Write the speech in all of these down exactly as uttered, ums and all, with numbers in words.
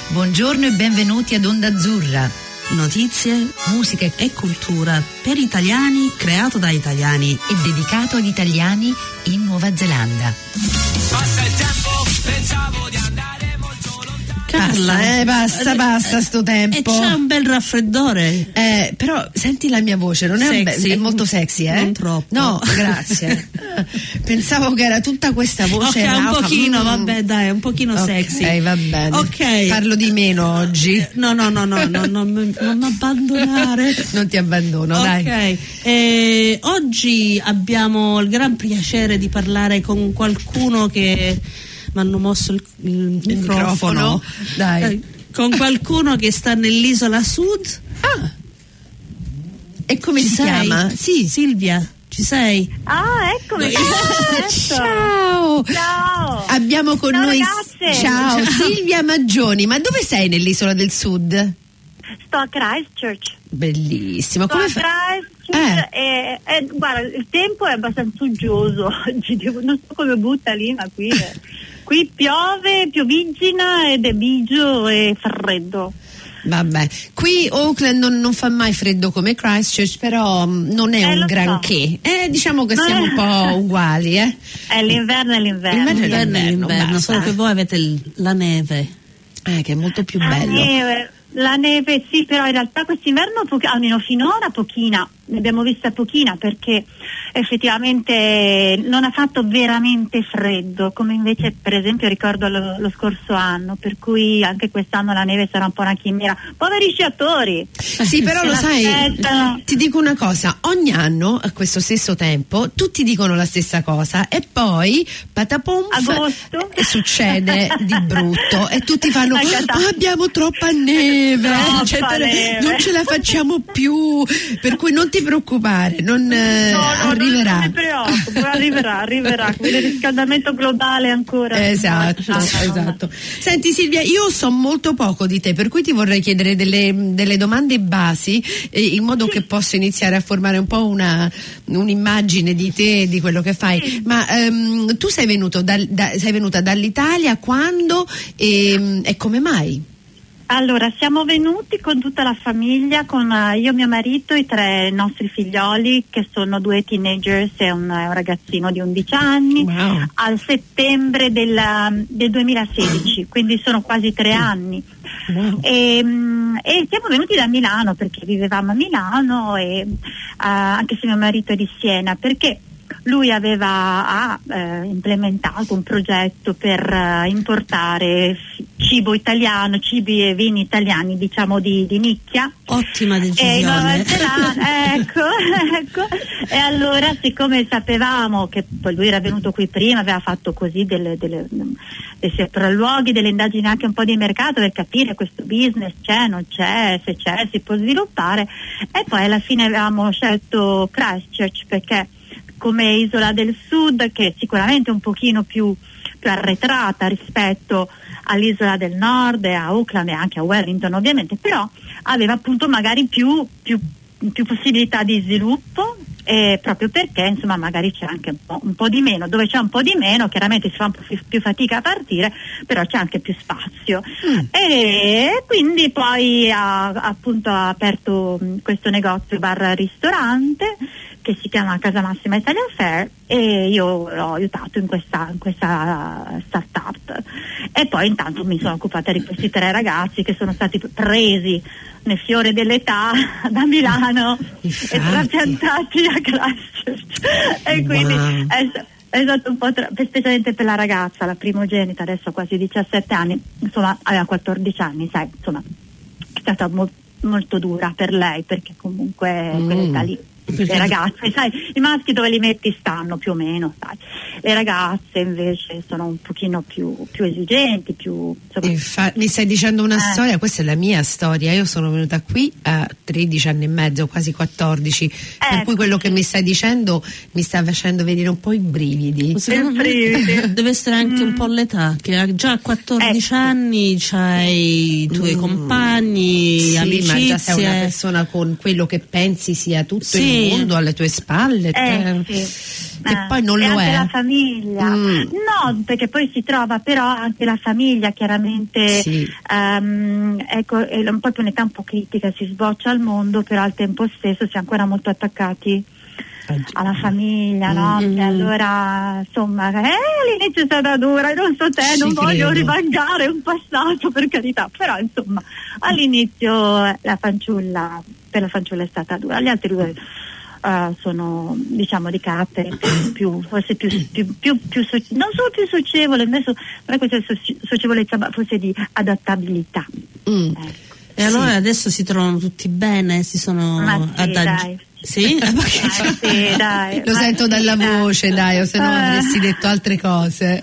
Buongiorno e benvenuti ad Onda Azzurra. Notizie, musica e cultura per italiani, creato da italiani e dedicato agli italiani in Nuova Zelanda. Passa il tempo, pensavo di andare molto lontano. Carla, eh, basta, basta sto tempo. E c'è un bel raffreddore. Eh, però senti la mia voce, non è, Sexy. Be- è molto sexy, eh? Non troppo. No, grazie. Pensavo che era tutta questa voce. Ok, un rauca. pochino, Mm. vabbè, dai, un pochino Ok, sexy. va bene. Ok. Parlo di meno oggi. No, no, no, no, no, no, non mi abbandonare. Non ti abbandono, Ok, dai. eh, oggi abbiamo il gran piacere di parlare con qualcuno che mi hanno mosso il, il microfono. microfono, dai. Eh, con qualcuno che sta nell'isola sud. Ah. E come Ci si sei? chiama? Sì, Silvia, ci sei? Ah, eccomi. Ah, ciao. Ciao. Abbiamo con Ciao, noi ragazze. ciao, Ciao. Silvia Maggioni. Ma dove sei nell'isola del Sud? Sto a Christchurch. Bellissimo. Sto Come a fa- Christchurch e, e guarda, il tempo è abbastanza uggioso oggi. Devo- non so come butta lì, ma qui, è- qui piove, pioviggina ed è bigio e freddo. Vabbè, qui Auckland non, non fa mai freddo come Christchurch, però mh, non è Eh, un lo so. granché. Eh, diciamo che Ma- siamo un po' uguali, eh. È l'inverno e l'inverno. Inverno e L'inverno è l'inverno, l'inverno, basta. solo che voi avete il- la neve. Eh, che è molto più La bello. neve, la neve sì, però in realtà quest'inverno, po- almeno finora, pochina. Ne abbiamo vista pochina perché effettivamente non ha fatto veramente freddo, come invece per esempio ricordo lo, lo scorso anno, per cui anche quest'anno la neve sarà un po' una chimera. Poveri sciatori! Sì, però Se lo sai, l'aspettano. ti dico una cosa, ogni anno a questo stesso tempo tutti dicono la stessa cosa e poi patapom Agosto. e succede di brutto e tutti fanno La catasta- "Ah, abbiamo troppa neve, Troppa cioè, per- neve." non ce la facciamo più, per cui non ti preoccupare, non eh, No, no, arriverà. non mi preoccupo, arriverà, arriverà. Il riscaldamento globale ancora. Esatto, Ah, no, esatto. Senti Silvia, io so molto poco di te, per cui ti vorrei chiedere delle, delle domande basi eh, in modo che posso iniziare a formare un po' una, un'immagine di te, di quello che fai. Ma ehm, tu sei venuto dal- da, sei venuta dall'Italia quando e, e come mai? Allora, siamo venuti con tutta la famiglia, con eh, io, mio marito, i tre nostri figlioli, che sono due teenagers e un, un ragazzino di undici anni, Wow. al settembre del, del duemilasedici, quindi sono quasi tre anni. Wow. E, mm, e siamo venuti da Milano perché vivevamo a Milano, e, eh, anche se mio marito è di Siena, perché lui aveva ha, eh, implementato un progetto per eh, importare f- cibo italiano, cibi e vini italiani, diciamo di, di nicchia. Ottima E in Nuova decisione. Zelanda, ecco, ecco. E allora, siccome sapevamo che poi lui era venuto qui prima, aveva fatto così delle, delle, dei sopralluoghi, delle indagini anche un po' di mercato per capire questo business c'è, non c'è, se c'è, si può sviluppare. E poi alla fine avevamo scelto Christchurch perché come isola del sud, che è sicuramente un pochino più, più arretrata rispetto all'isola del nord e a Auckland e anche a Wellington ovviamente, però aveva appunto magari più, più, più possibilità di sviluppo, eh, proprio perché insomma magari c'è anche un po', un po' di meno, dove c'è un po' di meno chiaramente si fa un po' più, più fatica a partire, però c'è anche più spazio. Mm. E quindi poi ha appunto ha aperto mh, questo negozio bar ristorante che si chiama Casa Massima Italian Fair, e io l'ho aiutato in questa, in questa start-up, e poi intanto mi sono occupata di questi tre ragazzi che sono stati presi nel fiore dell'età da Milano Infatti. e trapiantati a Christchurch, e quindi Wow. è, è stato un po' tra- specialmente per la ragazza, la primogenita, adesso ha quasi diciassette anni, insomma aveva quattordici anni, sai, insomma è stata mo- molto dura per lei, perché comunque Mm. quell'età lì, le ragazze, sai, i maschi dove li metti stanno più o meno, sai. Le ragazze invece sono un pochino più, più esigenti, più insomma. Infa- mi stai dicendo una Eh. storia, questa è la mia storia, io sono venuta qui a tredici anni e mezzo, quasi quattordici, per Ecco, cui quello sì. che mi stai dicendo mi sta facendo venire un po' i brividi. Secondo me Brividi. deve essere anche un po' l'età, che ha già a quattordici Ecco. anni c'hai i tuoi Mm. compagni, Sì, amicizie. ma già sei una persona con quello che pensi sia tutto Sì. il mondo alle tue spalle. Eh, te- sì. che Eh, poi non e lo anche è. la famiglia, Mm. no, perché poi si trova però anche la famiglia chiaramente, Sì. ehm, ecco, è un po' più un'età un po' critica, si sboccia al mondo, però al tempo stesso si è ancora molto attaccati alla famiglia, no? Mm. E allora insomma, eh, all'inizio è stata dura, non so te, Ci non voglio credo. rivangare un passato, per carità, però insomma all'inizio eh, la fanciulla, per la fanciulla è stata dura, gli altri due eh, sono diciamo di carattere più, più forse più, più, più, più so- non solo più socievole, adesso non è questa soci- socievolezza, ma forse di adattabilità. Mm. Ecco. E allora adesso si trovano tutti bene, si sono Ma sì, adaggi- dai. Sì? Eh, ma che- Ah, sì, dai, Lo ma sento sì, dalla dai. voce, dai, o se no Eh. avresti detto altre cose.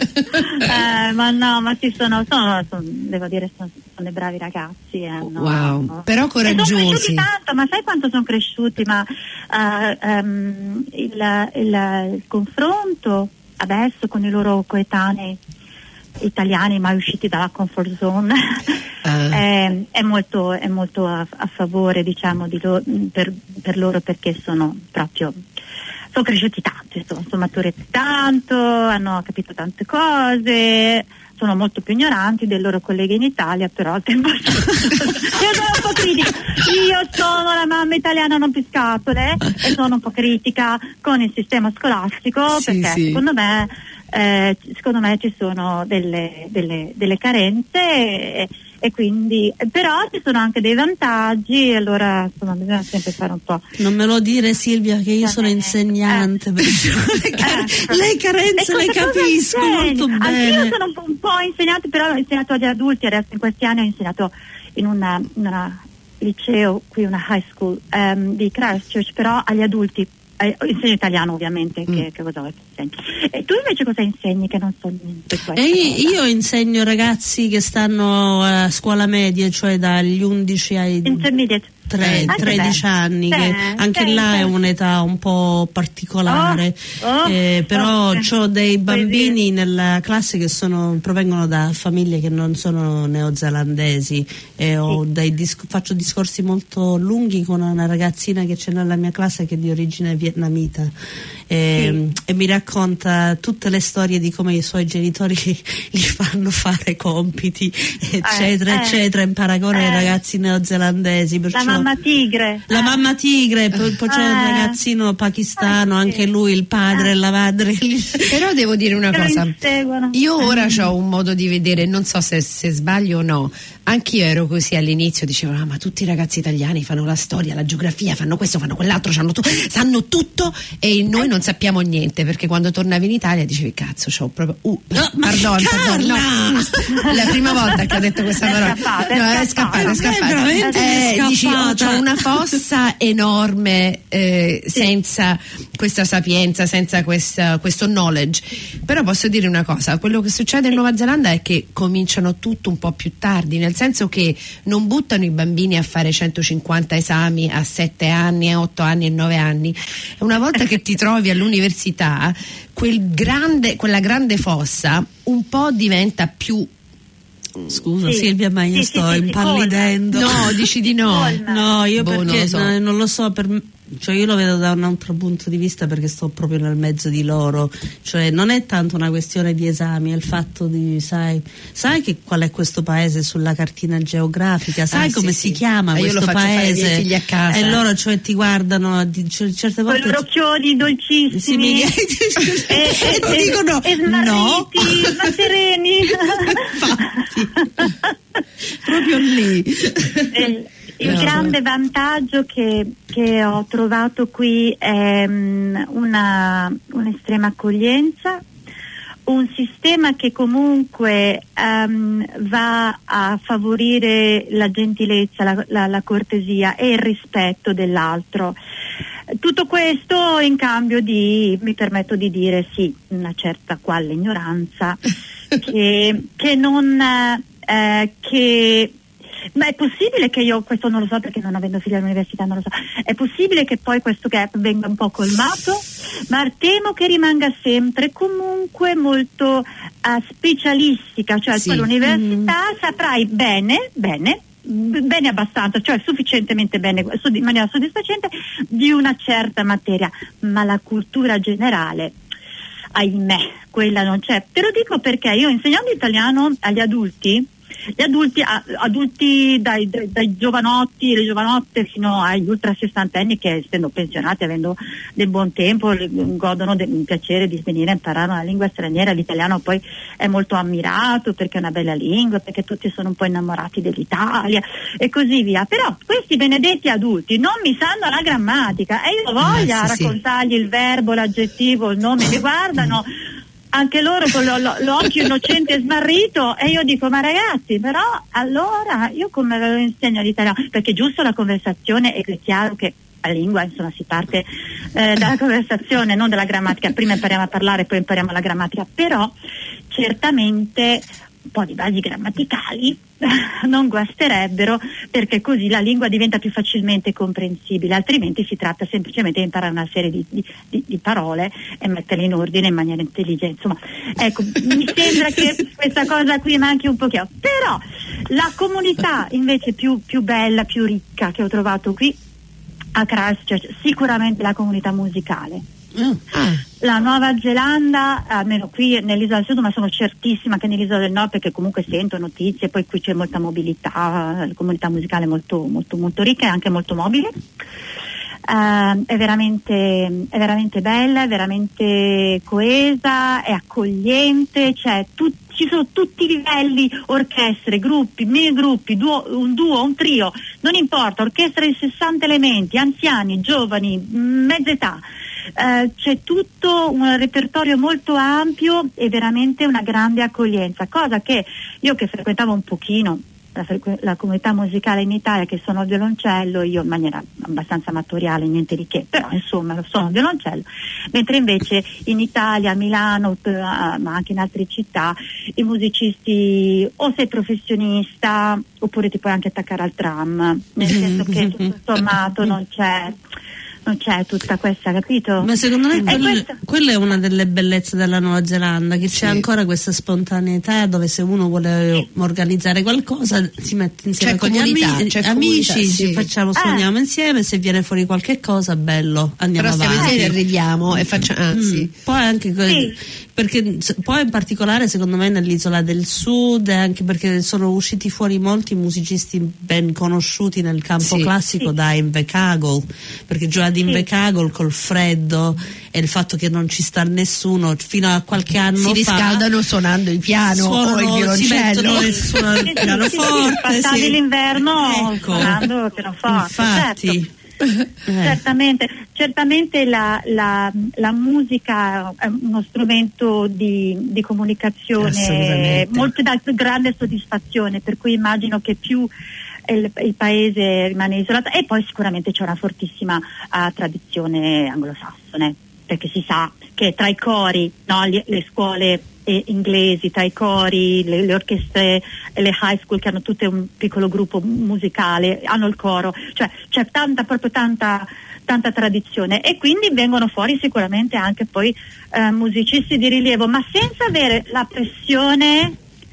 Eh, ma no, ma ci sono, sono, sono devo dire, sono, sono dei bravi ragazzi. Eh, no, Wow, no. però E sono coraggiosi. cresciuti tanto, ma sai quanto sono cresciuti? Ma eh, ehm, il, il, il confronto adesso con i loro coetanei italiani mai usciti dalla comfort zone Ah. è, è molto, è molto a, a favore, diciamo, di lo, per, per loro, perché sono proprio sono cresciuti tanto, sono, sono maturati tanto, hanno capito tante cose, sono molto più ignoranti dei loro colleghi in Italia, però al tempo io sono un po' critica, io sono la mamma italiana non più scatole e sono un po' critica con il sistema scolastico, Sì, perché sì. secondo me eh, secondo me ci sono delle, delle, delle carenze e, e quindi però ci sono anche dei vantaggi, e allora insomma bisogna sempre fare un po'. Non me lo dire, Silvia, che io sono Eh, insegnante, eh. perciò le, care- Eh. le carenze E le cosa capisco insegni? molto bene. Anch'io sono un po', un po' insegnante, però ho insegnato agli adulti, adesso in questi anni ho insegnato in una, una liceo, qui una high school ehm, di Christchurch, però agli adulti. Eh, insegno italiano ovviamente, Mm. che, che cosa vuoi che insegni? E tu invece cosa insegni, che non so niente? E io, io insegno ragazzi che stanno a scuola media, cioè dagli undici ai Intermediate. tre- Ah, che tredici bello. anni, Sì, che anche sì, là sì. è un'età un po' particolare. Oh, oh, Eh, però oh, ho dei puoi bambini nella classe che sono, provengono da famiglie che non sono neozelandesi, e ho dei dis- faccio discorsi molto lunghi con una ragazzina che c'è nella mia classe che è di origine vietnamita, e, e mi racconta tutte le storie di come i suoi genitori gli fanno fare compiti eccetera eh, eccetera, in paragone ai eh. ragazzi neozelandesi, perciò La mamma tigre. la Eh. mamma tigre, poi, poi c'è Eh. un ragazzino pakistano, Ah, sì. anche lui, il padre e la madre. Però devo dire una Che lo cosa, inseguono. io ora ho un modo di vedere, non so se, se sbaglio o no, anch'io ero così all'inizio, dicevo ah, ma tutti i ragazzi italiani fanno la storia, la geografia, fanno questo, fanno quell'altro, sanno, tu- sanno tutto e noi non sappiamo niente, perché quando tornavi in Italia dicevi cazzo, c'ho proprio uh, No, ma pardon, pardon, no, Carla! la prima volta che ho detto questa È parola, scappata, è no, è scappata. scappata, è È scappata. veramente Eh, dici, oh, scappata. c'ho una fossa enorme eh, senza questa sapienza, senza questa, questo knowledge. Però posso dire una cosa, quello che succede in Nuova Zelanda è che cominciano tutto un po' più tardi, nel senso che non buttano i bambini a fare centocinquanta esami a sette anni, a otto anni e nove anni. E una volta che ti trovi all'università, quel grande, quella grande fossa un po' diventa più. Scusa Sì. Silvia, ma io Sì, sto sì, sì, impallidendo. No, dici di no. Colma. No, io Boh, non perché lo so. no, non lo so, per me- cioè io lo vedo da un altro punto di vista, perché sto proprio nel mezzo di loro, cioè non è tanto una questione di esami, è il fatto di sai, sai che qual è questo paese sulla cartina geografica, sai Ah, come sì, si sì. chiama Ah, io questo lo faccio fare ai paese, miei figli a casa. e loro cioè ti guardano di- cioè, certe Con i volte loro occhioni sì, dolcissimi mi- e, e ti dicono e no, smarriti, ma sereni. proprio lì. il il No, grande vantaggio che, che ho trovato qui è um, una un'estrema accoglienza, un sistema che comunque um, va a favorire la gentilezza, la, la, la cortesia e il rispetto dell'altro. Tutto questo in cambio di, mi permetto di dire sì, una certa quale ignoranza che, che non eh, che ma è possibile che io, questo non lo so perché non avendo figli all'università non lo so, è possibile che poi questo gap venga un po' colmato, ma temo che rimanga sempre comunque molto uh, specialistica, cioè Sì. tu all'università mm. saprai bene, bene, bene abbastanza, cioè sufficientemente bene, in maniera soddisfacente di una certa materia, ma la cultura generale ahimè, quella non c'è. Te lo dico perché io insegnando italiano agli adulti, gli adulti, a, adulti dai, dai, dai giovanotti, le giovanotte fino agli ultra sessantenni che essendo pensionati, avendo del buon tempo, godono del piacere di venire a imparare una lingua straniera. L'italiano poi è molto ammirato perché è una bella lingua, perché tutti sono un po' innamorati dell'Italia e così via. Però questi benedetti adulti non mi sanno la grammatica e io voglio ah, sì, raccontargli sì. il verbo, l'aggettivo, il nome, li guardano anche loro con lo, lo, l'occhio innocente e smarrito e io dico ma ragazzi, però allora io come ve lo insegno l'italiano, perché giusto la conversazione è chiaro che la lingua insomma si parte eh, dalla conversazione, non dalla grammatica, prima impariamo a parlare poi impariamo la grammatica, però certamente un po' di basi grammaticali non guasterebbero, perché così la lingua diventa più facilmente comprensibile, altrimenti si tratta semplicemente di imparare una serie di, di, di, di parole e metterle in ordine in maniera intelligente. Insomma, ecco, mi sembra che questa cosa qui manchi un pochino, però la comunità invece più, più bella, più ricca che ho trovato qui a Christchurch, sicuramente la comunità musicale. Mm. La Nuova Zelanda, almeno qui nell'isola del Sud, ma sono certissima che nell'isola del Nord, perché comunque sento notizie, poi qui c'è molta mobilità, la comunità musicale è molto, molto, molto ricca e anche molto mobile. Uh, è veramente è veramente bella, è veramente coesa, è accogliente, cioè tu, ci sono tutti i livelli, orchestre, gruppi, mini gruppi, duo, un duo, un trio, non importa, orchestra di sessanta elementi, anziani, giovani, mezza età. Uh, c'è tutto un repertorio molto ampio e veramente una grande accoglienza, cosa che io che frequentavo un pochino la, la comunità musicale in Italia, che sono violoncello, io in maniera abbastanza amatoriale, niente di che, però insomma sono violoncello, mentre invece in Italia, a Milano, ma anche in altre città, i musicisti o sei professionista oppure ti puoi anche attaccare al tram, nel senso che tutto sommato non c'è non c'è tutta questa, capito? Ma secondo me quella questo... quella è una delle bellezze della Nuova Zelanda, che sì. c'è ancora questa spontaneità dove se uno vuole organizzare qualcosa si mette insieme c'è con comunità, gli ami- c'è amici, comunità, sì. facciamo, suoniamo ah. insieme, se viene fuori qualche cosa bello andiamo però avanti. Però stiamo insieme arriviamo e facciamo, anzi. Mm. Poi anche sì. perché poi in particolare secondo me nell'isola del Sud, anche perché sono usciti fuori molti musicisti ben conosciuti nel campo sì. classico, sì. da Invercargill, perché già di Invercargill col freddo e il fatto che non ci sta nessuno fino a qualche anno si fa riscaldano suonando il piano suonano, o il violoncello, si suonano il pianoforte, passavi sì. l'inverno ecco. suonando il pianoforte, infatti certo. Eh. Certamente, certamente la, la, la musica è uno strumento di, di comunicazione molto da grande soddisfazione, per cui immagino che più il, il paese rimane isolato, e poi sicuramente c'è una fortissima uh, tradizione anglosassone, perché si sa che tra i cori, no, le, le scuole e inglesi, tra i cori, le, le orchestre e le high school che hanno tutte un piccolo gruppo musicale, hanno il coro, cioè c'è tanta, proprio tanta tanta tradizione, e quindi vengono fuori sicuramente anche poi eh, musicisti di rilievo, ma senza avere la pressione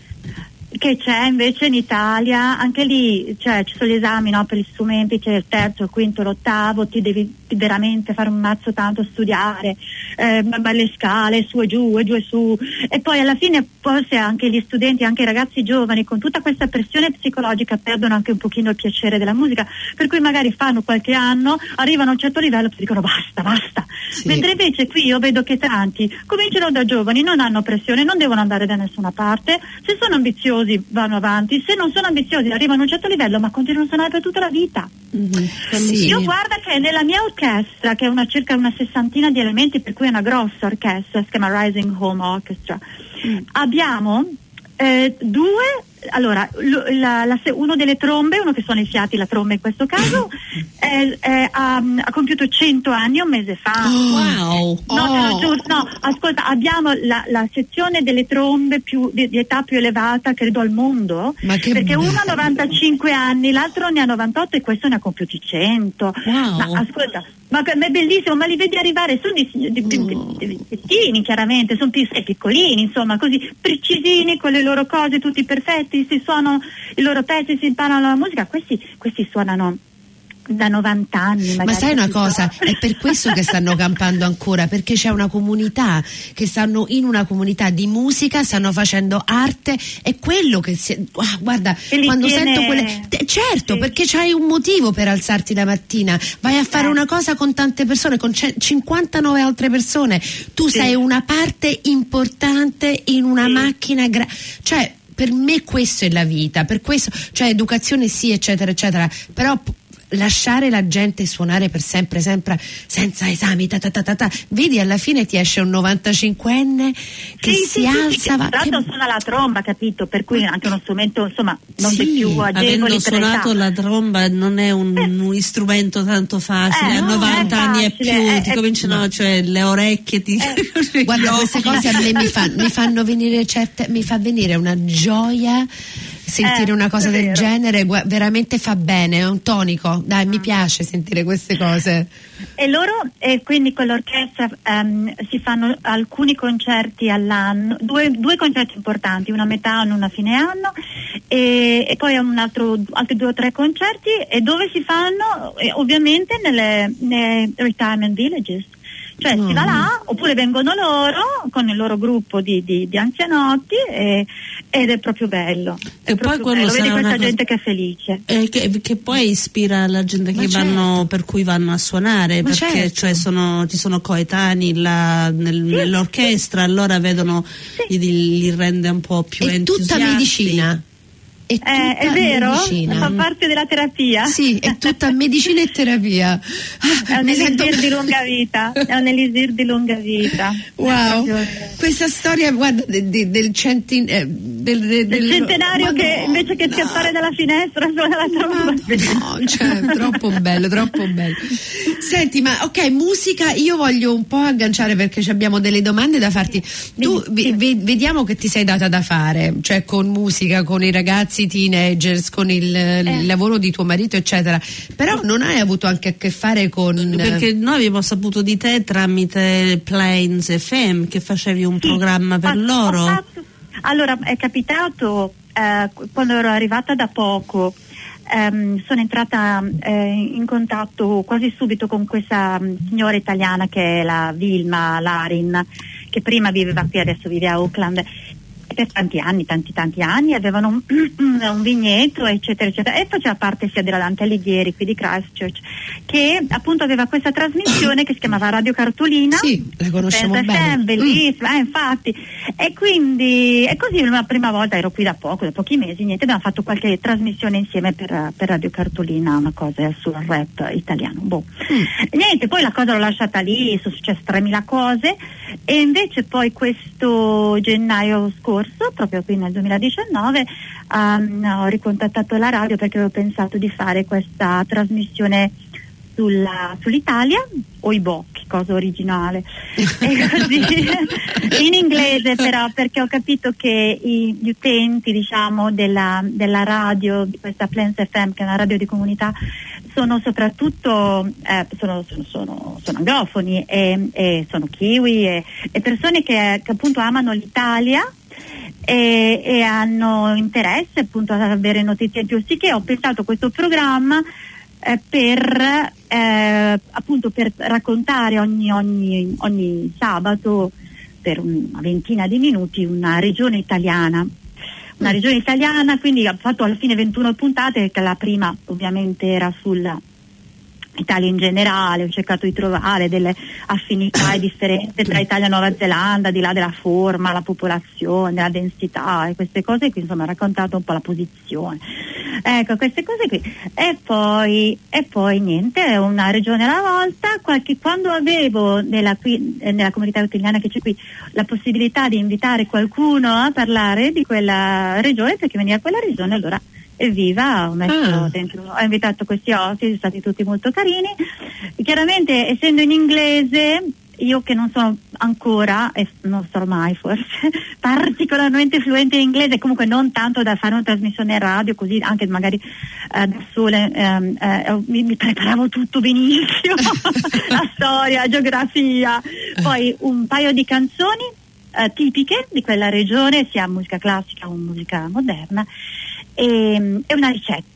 che c'è invece in Italia. Anche lì, cioè, ci sono gli esami, no, per gli strumenti, c'è il terzo, il quinto, l'ottavo, ti devi veramente fare un mazzo tanto, studiare eh, le scale, su e giù e giù e su, e poi alla fine forse anche gli studenti, anche i ragazzi giovani, con tutta questa pressione psicologica perdono anche un pochino il piacere della musica, per cui magari fanno qualche anno, arrivano a un certo livello e dicono basta, basta, sì. Mentre invece qui io vedo che tanti cominciano da giovani, non hanno pressione, non devono andare da nessuna parte, se sono ambiziosi vanno avanti, se non sono ambiziosi arrivano a un certo livello ma continuano a suonare per tutta la vita. Mm-hmm. Sì. Io guarda che nella mia orchestra, che è una circa una sessantina di elementi, per cui è una grossa orchestra, si chiama Rising Home Orchestra, mm. abbiamo eh, due, allora l- la, la, uno delle trombe, uno che suona i fiati, la tromba in questo caso, è, è, ha, ha compiuto cento anni un mese fa. Oh, wow! No, oh. no, no, ascolta, abbiamo la, la sezione delle trombe più di, di età più elevata credo al mondo, ma che perché bello. uno ha novantacinque anni, l'altro ne ha novantotto e questo ne ha compiuti cento. Wow. Ma ascolta, ma, ma è bellissimo, ma li vedi arrivare, sono di, di, di, oh. di, di pettini, chiaramente, sono più piccolini, insomma, così precisini con le loro cose, tutti perfetti, si suonano i loro pezzi, si imparano la musica. Questi, questi suonano da novanta anni. Ma sai una cosa, è per questo che stanno campando ancora, perché c'è una comunità, che stanno in una comunità di musica, stanno facendo arte, è quello che si, ah, guarda, quando tiene... sento quelle, certo, sì. perché c'hai un motivo per alzarti la mattina, vai a fare eh. una cosa con tante persone, con c- cinquantanove altre persone, tu sì. sei una parte importante in una sì. macchina, gra- cioè per me questo è la vita, per questo, cioè educazione sì, eccetera eccetera, però lasciare la gente suonare per sempre sempre senza esami, ta ta ta ta ta. Vedi, alla fine ti esce un novantacinquenne che sì, si sì, alza, sì, sì, va, tra l'altro che... suona la tromba, capito, per cui anche uno strumento insomma non sì, è più agevole. Avendo suonato per la tromba non è un, eh. un strumento tanto facile, eh, a no, novanta anni e più eh, ti eh, cominciano no. cioè le orecchie ti eh. Guarda, queste cose a me mi, fa, mi fanno venire certe, mi fa venire una gioia sentire eh, una cosa del vero. genere, gu- veramente fa bene, è un tonico, dai, mi piace sentire queste cose. E loro, e quindi con l'orchestra um, si fanno alcuni concerti all'anno, due, due concerti importanti, una a metà anno, una a fine anno, e, e poi un altro, altri due o tre concerti, e dove si fanno eh, ovviamente nelle, nei retirement villages. Cioè Mm. si va là, oppure vengono loro con il loro gruppo di, di, di anzianotti, e, ed è proprio bello. È E proprio poi quello bello. Vedi sarà questa una cosa- gente che è felice. Eh, che, che poi ispira la gente Ma che certo. vanno, per cui vanno a suonare, Ma perché certo. cioè sono, ci sono coetanei là nel- nell'orchestra, allora vedono Sì. li, li rende un po' più È tutta entusiasti. medicina. È, tutta Eh, è vero? medicina. Fa parte della terapia? Sì, è tutta medicina e terapia. È un Mi elisir sento- di lunga vita, è un elisir di lunga vita. Wow, questa storia, guarda, de- de- del, centin- eh, del, de- del Il centenario Madonna. che invece che scappare dalla finestra suona la tromba. No, cioè, troppo bello, troppo bello. Senti, ma ok, musica, io voglio un po' agganciare perché ci abbiamo delle domande da farti. Tu Dimmi, ve- ve- vediamo che ti sei data da fare, cioè con musica, con i ragazzi teenagers, con il, il lavoro di tuo marito, eccetera. Però non hai avuto anche a che fare con Perché noi abbiamo saputo di te tramite Plains F M, che facevi un Sì, programma per ho- ho loro. fatto- allora, è capitato eh, quando ero arrivata da poco. ehm, sono entrata eh, in contatto quasi subito con questa mh, signora italiana che è la Vilma Larin, che prima viveva qui, adesso vive a Auckland. Per tanti anni, tanti tanti anni avevano un, un vigneto, eccetera eccetera, e faceva parte sia della Dante Alighieri qui di Christchurch, che appunto aveva questa trasmissione che si chiamava Radio Cartolina. Sì, la conosciamo Pensa bene. sempre, bellissima, mm. eh, infatti. E quindi e così la prima volta ero qui da poco, da pochi mesi, niente, abbiamo fatto qualche trasmissione insieme per, per Radio Cartolina, una cosa sul rap italiano. Boh. Mm. Niente, poi la cosa l'ho lasciata lì, sono successe tremila cose, e invece poi questo gennaio scorso, proprio qui nel duemiladiciannove, um, ho ricontattato la radio perché avevo pensato di fare questa trasmissione sulla, sull'Italia, Oibò, che cosa originale, e così, in inglese però, perché ho capito che i, gli utenti, diciamo, della, della radio, di questa Plains F M, che è una radio di comunità, sono soprattutto eh, sono, sono, sono, sono anglofoni e, e sono kiwi e, e persone che, che appunto amano l'Italia e, e hanno interesse appunto ad avere notizie in più, sì che ho pensato a questo programma eh, per eh, appunto per raccontare ogni, ogni, ogni sabato per una ventina di minuti una regione italiana. Una regione italiana, quindi ho fatto alla fine ventuno puntate, che la prima ovviamente era sulla Italia in generale, ho cercato di trovare delle affinità e differenze tra Italia e Nuova Zelanda, di là della forma, la popolazione, la densità e queste cose qui, insomma ho raccontato un po' la posizione. Ecco, queste cose qui. E poi, e poi niente, una regione alla volta, qualche, quando avevo nella, qui, nella comunità italiana che c'è qui la possibilità di invitare qualcuno a parlare di quella regione, perché veniva quella regione, allora evviva, ho messo Ah. dentro, ho invitato questi ospiti, sono stati tutti molto carini. Chiaramente, essendo in inglese, io che non sono ancora, e non sarò mai forse, particolarmente fluente in inglese, comunque non tanto da fare una trasmissione radio, così anche magari eh, da sole, ehm, eh, mi, mi preparavo tutto benissimo, la storia, la geografia, poi un paio di canzoni eh, tipiche di quella regione, sia musica classica o musica moderna, e, e una ricetta.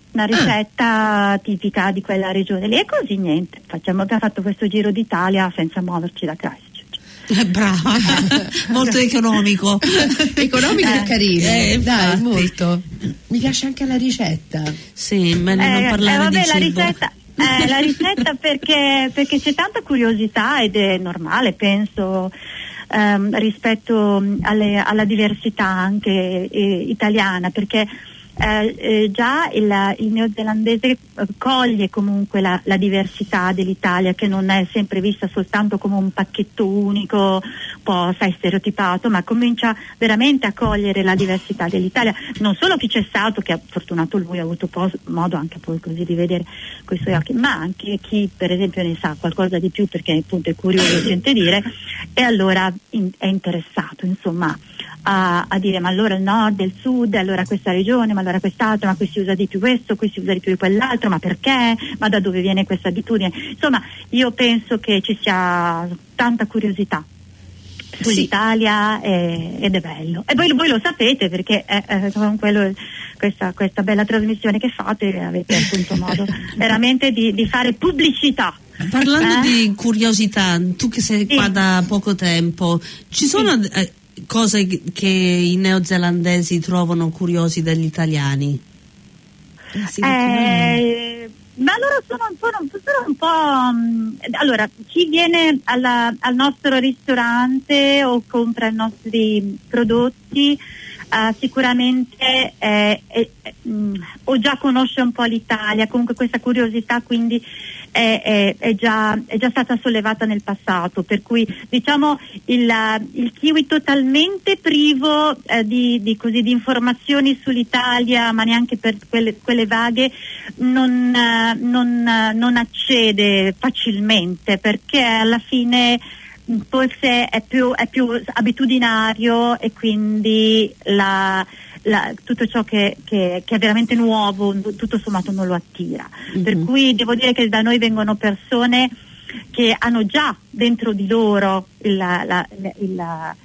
una ricetta ah. tipica di quella regione lì, e così niente, facciamo, abbiamo fatto questo giro d'Italia senza muoverci da Christchurch. Eh, brava, molto economico economico eh, e carino, eh, dai, molto. Mi piace anche la ricetta. Sì, meglio eh, non parlare eh, vabbè, di la cibo. ricetta, eh, la ricetta perché, perché c'è tanta curiosità ed è normale, penso, ehm, rispetto alle, alla diversità anche eh, italiana, perché Eh, eh, già il, il neozelandese eh, coglie comunque la, la diversità dell'Italia, che non è sempre vista soltanto come un pacchetto unico, un po' sai, stereotipato, ma comincia veramente a cogliere la diversità dell'Italia. Non solo chi c'è stato, che ha fortunato lui, ha avuto po- modo anche poi così di vedere coi suoi occhi, ma anche chi per esempio ne sa qualcosa di più perché appunto è curioso, sente dire, e allora in, è interessato, insomma, A, a dire ma allora il nord e il sud, allora questa regione, ma allora quest'altra, ma qui si usa di più questo, qui si usa di più quell'altro, ma perché? Ma da dove viene questa abitudine? Insomma, io penso che ci sia tanta curiosità sull'Italia, sì. e, ed è bello. E voi, voi lo sapete perché è, è con quello, questa, questa bella trasmissione che fate, avete appunto modo veramente di, di fare pubblicità. Parlando eh? di curiosità, tu che sei sì. qua da poco tempo, ci sono... Sì. Eh, cose che i neozelandesi trovano curiosi dagli italiani? Eh, sì, eh, ma loro sono un po', sono un po' um, allora, chi viene alla, al nostro ristorante o compra i nostri prodotti uh, sicuramente eh, eh, eh, mh, o già conosce un po' l'Italia, comunque questa curiosità quindi È, è, è, già, è già stata sollevata nel passato, per cui diciamo il, il kiwi totalmente privo eh, di, di, così, di informazioni sull'Italia, ma neanche per quelle, quelle vaghe, non, eh, non, eh, non accede facilmente, perché alla fine forse è più, è più abitudinario e quindi la La, tutto ciò che, che, che è veramente nuovo tutto sommato non lo attira, mm-hmm. Per cui devo dire che da noi vengono persone che hanno già dentro di loro il, la, la, il,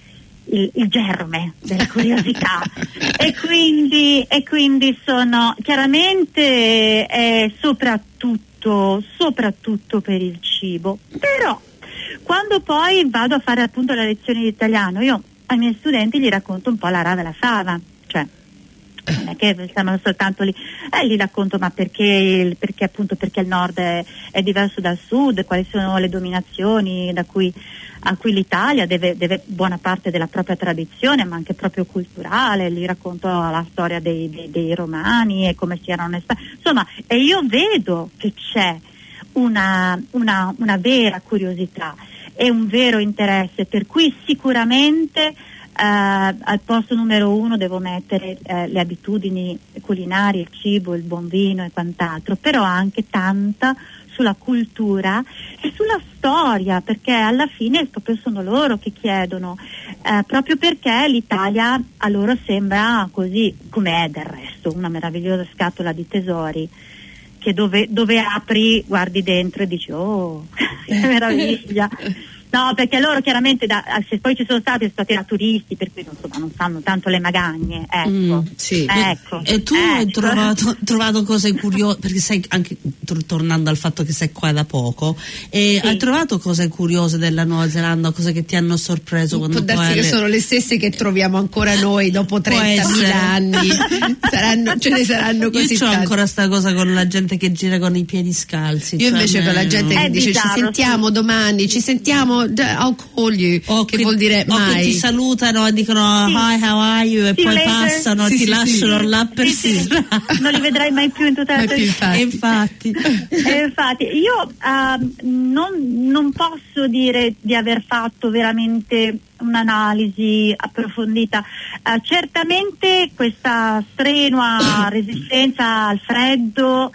il, il germe della curiosità e quindi e quindi sono chiaramente è soprattutto soprattutto per il cibo, però quando poi vado a fare appunto la lezione di italiano io ai miei studenti gli racconto un po' la rava e la fava, cioè non è che siamo soltanto lì, eh, gli racconto ma perché, perché appunto perché il nord è, è diverso dal sud, quali sono le dominazioni da cui, a cui l'Italia deve, deve buona parte della propria tradizione ma anche proprio culturale, gli racconto la storia dei, dei, dei romani e come si erano insomma, e io vedo che c'è una, una, una vera curiosità e un vero interesse, per cui sicuramente Uh, al posto numero uno devo mettere uh, le abitudini culinarie, il cibo, il buon vino e quant'altro, però anche tanta sulla cultura e sulla storia, perché alla fine proprio sono loro che chiedono, uh, proprio perché l'Italia a loro sembra così, come è del resto, una meravigliosa scatola di tesori che dove, dove apri, guardi dentro e dici oh, che meraviglia. No, perché loro chiaramente da, se poi ci sono stati, sono stati da turisti, per cui insomma non sanno tanto le magagne, ecco. Mm, sì. ecco. E, e tu ecco. hai trovato, trovato cose curiose, perché sei anche tor- tornando al fatto che sei qua da poco, e sì. Hai trovato cose curiose della Nuova Zelanda, cose che ti hanno sorpreso? Può quando darsi poi che le... sono le stesse che troviamo ancora noi dopo trentamila anni. saranno, ce ne saranno così Io c'ho tanti. ancora sta cosa con la gente che gira con i piedi scalzi. Io cioè invece me... con la gente che dice bizzarro, ci sentiamo sì. domani, ci sentiamo I'll call you, o che, che vuol dire o mai. che ti salutano e dicono sì. hi, how are you, e sì, poi later. passano, sì, ti sì, lasciano sì. là per sì, sì. Non li vedrai mai più in tutta la tua vita. E infatti, E infatti io uh, non, non posso dire di aver fatto veramente un'analisi approfondita, uh, certamente questa strenua resistenza al freddo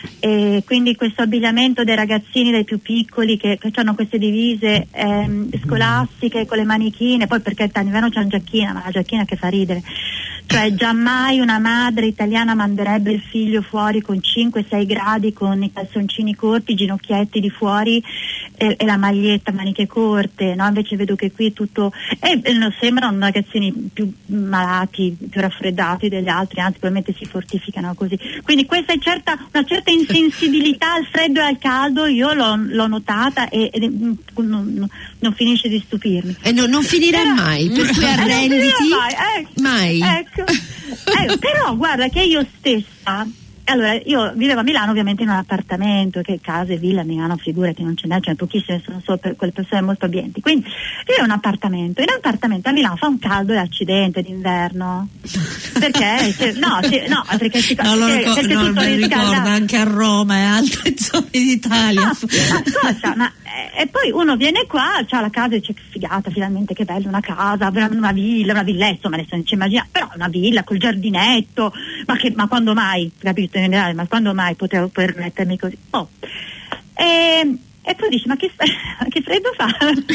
e quindi questo abbigliamento dei ragazzini, dai più piccoli che, che hanno queste divise ehm, scolastiche con le manichine, poi perché in inverno c'è una giacchina, ma la giacchina che fa ridere, cioè giammai una madre italiana manderebbe il figlio fuori con cinque sei gradi con i calzoncini corti, i ginocchietti di fuori e, e la maglietta, maniche corte, no? Invece vedo che qui tutto e, e non sembrano ragazzini più malati, più raffreddati degli altri, anzi probabilmente si fortificano così. Quindi questa è certa, una certa insensibilità al freddo e al caldo, io l'ho, l'ho notata e, e non, non, non finisce di stupirmi. E no, non finirà però, mai, per cui arrenditi eh, mai, ecco, mai. Ecco. Eh, però guarda che io stessa, allora io vivevo a Milano ovviamente in un appartamento, che case, villa a Milano, figurati, non ce n'è, ce n'è pochissime, sono solo per quelle persone molto abbienti, quindi vivevo in un appartamento, in un appartamento a Milano fa un caldo e accidente d'inverno, perché se, no, se, no, perché si no, lo perché, perché no, tutto mi ricorda anche a Roma e altre zone d'Italia. No, ma cosa, ma e poi uno viene qua, c'ha la casa e dice che figata, finalmente che bella una casa, una villa, una villa, insomma adesso non ci immagina, però una villa col giardinetto, ma che ma quando mai, capito in generale, ma quando mai potevo permettermi così? Oh. E, e poi dici, ma che, che freddo fa?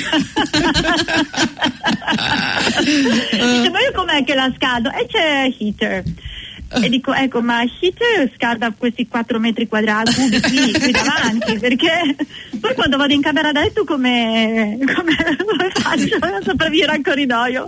Dice, ma io com'è che la scaldo? E c'è heater. E dico, ecco, ma heater scalda questi quattro metri quadrati cubici qui davanti, perché poi quando vado in camera da letto come, come, come faccio a sopravvivere al corridoio?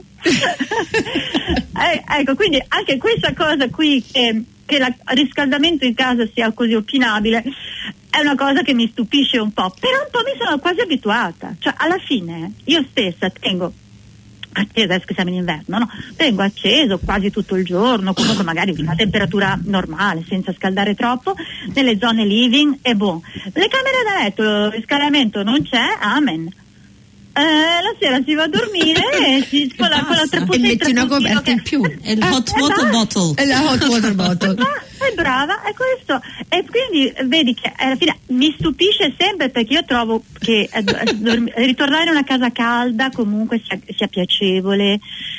eh, ecco, quindi anche questa cosa qui che, che il riscaldamento in casa sia così opinabile è una cosa che mi stupisce un po', però un po' mi sono quasi abituata, cioè alla fine io stessa tengo acceso, adesso che siamo in inverno, no? Tengo acceso quasi tutto il giorno, comunque magari una temperatura normale, senza scaldare troppo, nelle zone living e boh. Le camere da letto, il riscaldamento non c'è, amen. Eh, la sera si va a dormire e si con la, con la e metti una coperta che... in più. È il hot eh, water bottle. È la hot water bottle. Ah, è brava, è questo. E quindi vedi che alla fine mi stupisce sempre, perché io trovo che eh, dorm- ritornare in una casa calda comunque sia, sia piacevole,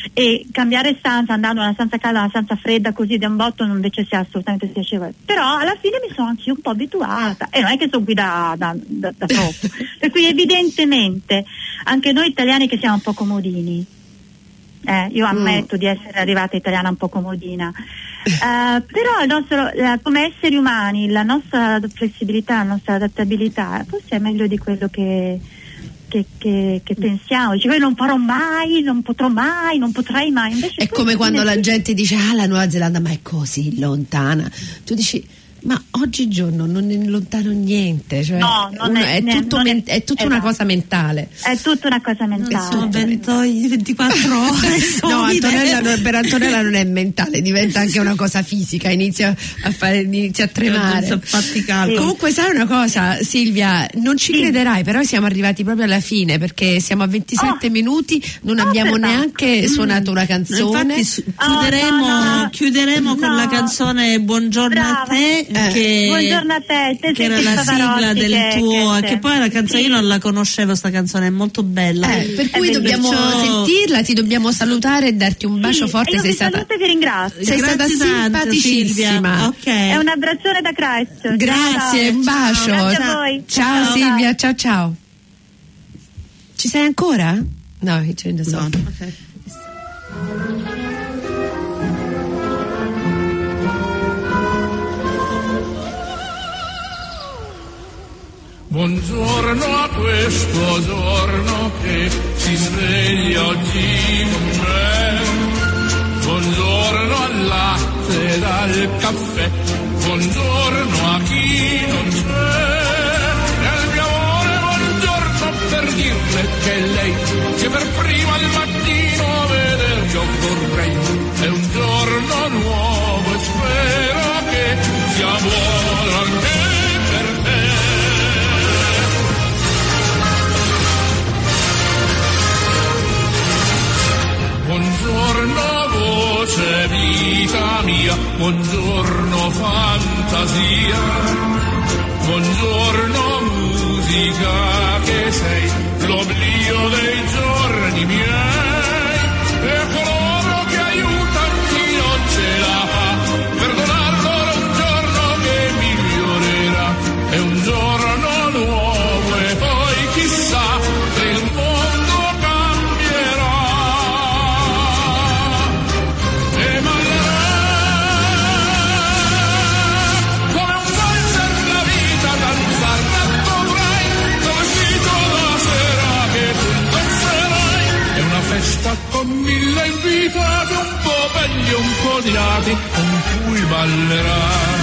e cambiare stanza andando da una stanza calda a una stanza fredda così da un botto invece sia assolutamente piacevole. Però alla fine mi sono anche un po' abituata e non è che sono qui da, da, da, da troppo. Per cui evidentemente anche noi italiani che siamo un po' comodini, eh, io ammetto mm. di essere arrivata italiana un po' comodina, uh, però il nostro, uh, come esseri umani la nostra flessibilità, la nostra adattabilità forse è meglio di quello che, che, che, che pensiamo. Dice, io non farò mai, non potrò mai, non potrei mai. Invece è come quando la gente dice, ah, la Nuova Zelanda, ma è così lontana. Tu dici, ma oggigiorno non è lontano niente, cioè no, non è, è, ne, tutto non men- è, è tutta esatto. una cosa mentale. È tutta una cosa mentale. Sono ventiquattro ore. No, Antonella, no, per Antonella non è mentale, diventa anche una cosa fisica, inizia a fare, inizia a tremare. Sì. Comunque sai una cosa, Silvia, non ci sì. crederai, però siamo arrivati proprio alla fine, perché siamo a ventisette oh. minuti, non oh, abbiamo neanche mm. suonato una canzone. Infatti chiuderemo, oh, no, no. chiuderemo no. con la canzone Buongiorno Brava. a te. Eh. Che, Buongiorno a te, te che era la sigla del che, tuo che, che poi la canzone sì. io non la conoscevo, sta canzone è molto bella, eh, per cui è dobbiamo perciò... sentirla, ti dobbiamo salutare e darti un bacio sì, forte. Io sei vi stata saluto e vi ringrazio. sei Grazie stata tante, simpaticissima. Okay. È un abbraccione da Christchurch. Grazie, ciao. un bacio. Grazie a voi. Ciao, ciao Silvia, ciao ciao. Ci sei ancora? No, c'è in no, okay. Buongiorno a questo giorno che si sveglia oggi con me. Buongiorno al latte e al caffè. Buongiorno a chi non c'è. E al mio amore buongiorno per dirle che lei che per prima al mattino a vedere io vorrei. È un giorno nuovo e spero che sia buono anche per te. Buongiorno voce vita mia, buongiorno fantasia, buongiorno musica che sei l'oblio dei giorni miei, e coloro che aiutano chi non ce la fa, perdonarlo è un giorno che migliorerà, è un giorno nuovo e poi chissà se il mondo come un valzer la vita danzar, dovrai, come spirito odiati con cui ballerai.